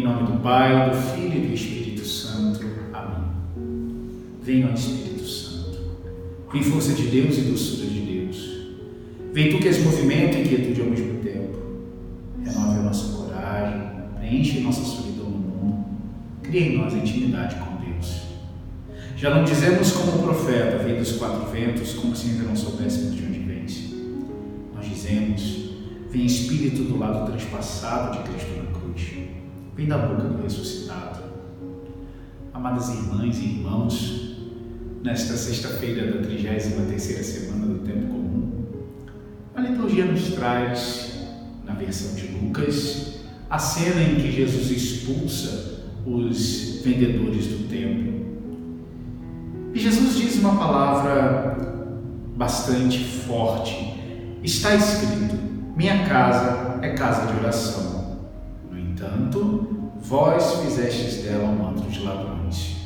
nome do Pai, do Filho e do Espírito Santo. Amém. Venha, ó Espírito Santo. Vem, força de Deus e doçura de Deus. Vem tu que és movimento e quietude ao mesmo tempo. Renove a nossa coragem, preenche nossa solidão no mundo. Cria em nós a intimidade com Deus. Já não dizemos como o profeta, vem dos quatro ventos, como se ainda não soubéssemos de onde vens. Nós dizemos, vem Espírito do lado transpassado de Cristo na cruz. Vem da boca do ressuscitado. Amadas irmãs e irmãos, nesta sexta-feira da 33ª semana do Tempo Comum, a liturgia nos traz, na versão de Lucas, a cena em que Jesus expulsa os vendedores do templo. E Jesus diz uma palavra bastante forte. Está escrito, minha casa é casa de oração. No entanto, vós fizestes dela um antro de ladrões.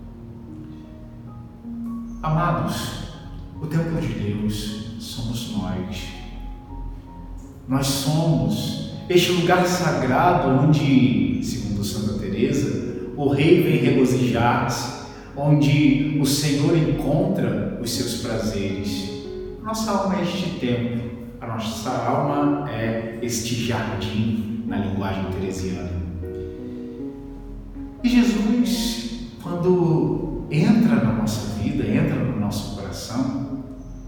Amados, o templo de Deus somos nós. Nós somos este lugar sagrado onde, segundo Santa Teresa, o rei vem regozijar-se, onde o Senhor encontra os seus prazeres. Nossa alma é este templo, a nossa alma é este jardim, na linguagem teresiana. E Jesus, quando entra na nossa vida, entra no nosso coração,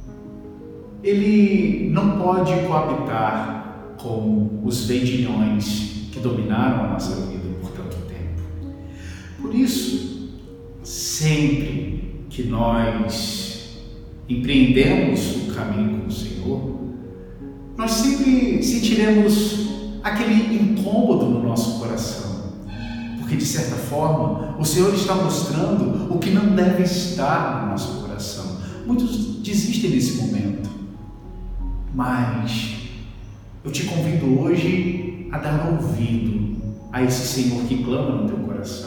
Ele não pode coabitar com os vendilhões que dominaram a nossa vida por tanto tempo. Por isso, sempre que nós empreendemos o caminho com o Senhor, nós sempre sentiremos aquele incômodo no nosso coração, porque de certa forma o Senhor está mostrando o que não deve estar no nosso coração. Muitos desistem nesse momento, mas eu te convido hoje a dar ouvido a esse Senhor que clama no teu coração.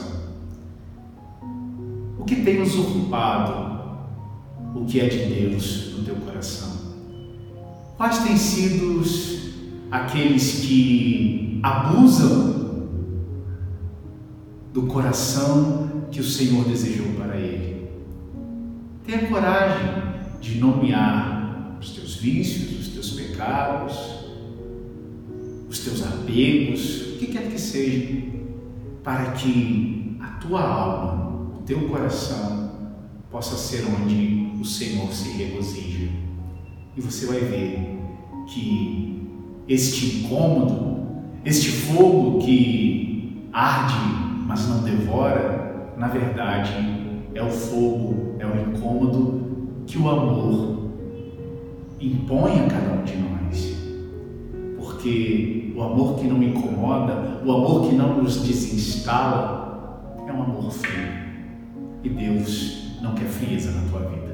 O que tem usurpado o que é de Deus no teu coração? Quais têm sido aqueles que abusam do coração que o Senhor desejou para ele? Tenha coragem de nomear os teus vícios, os teus pecados, os teus apegos, o que quer que seja, para que a tua alma, o teu coração, possa ser onde o Senhor se regozija. E você vai ver que este incômodo, este fogo que arde, mas não devora, na verdade, é o fogo, é o incômodo que o amor impõe a cada um de nós. Porque o amor que não incomoda, o amor que não nos desinstala, é um amor frio. E Deus não quer frieza na tua vida.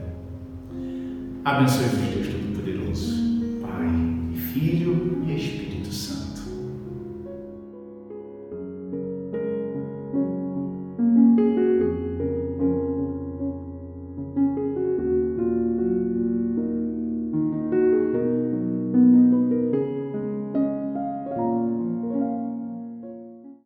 Abençoe-vos, Deus Todo-Poderoso, Pai, Filho e Espírito Santo.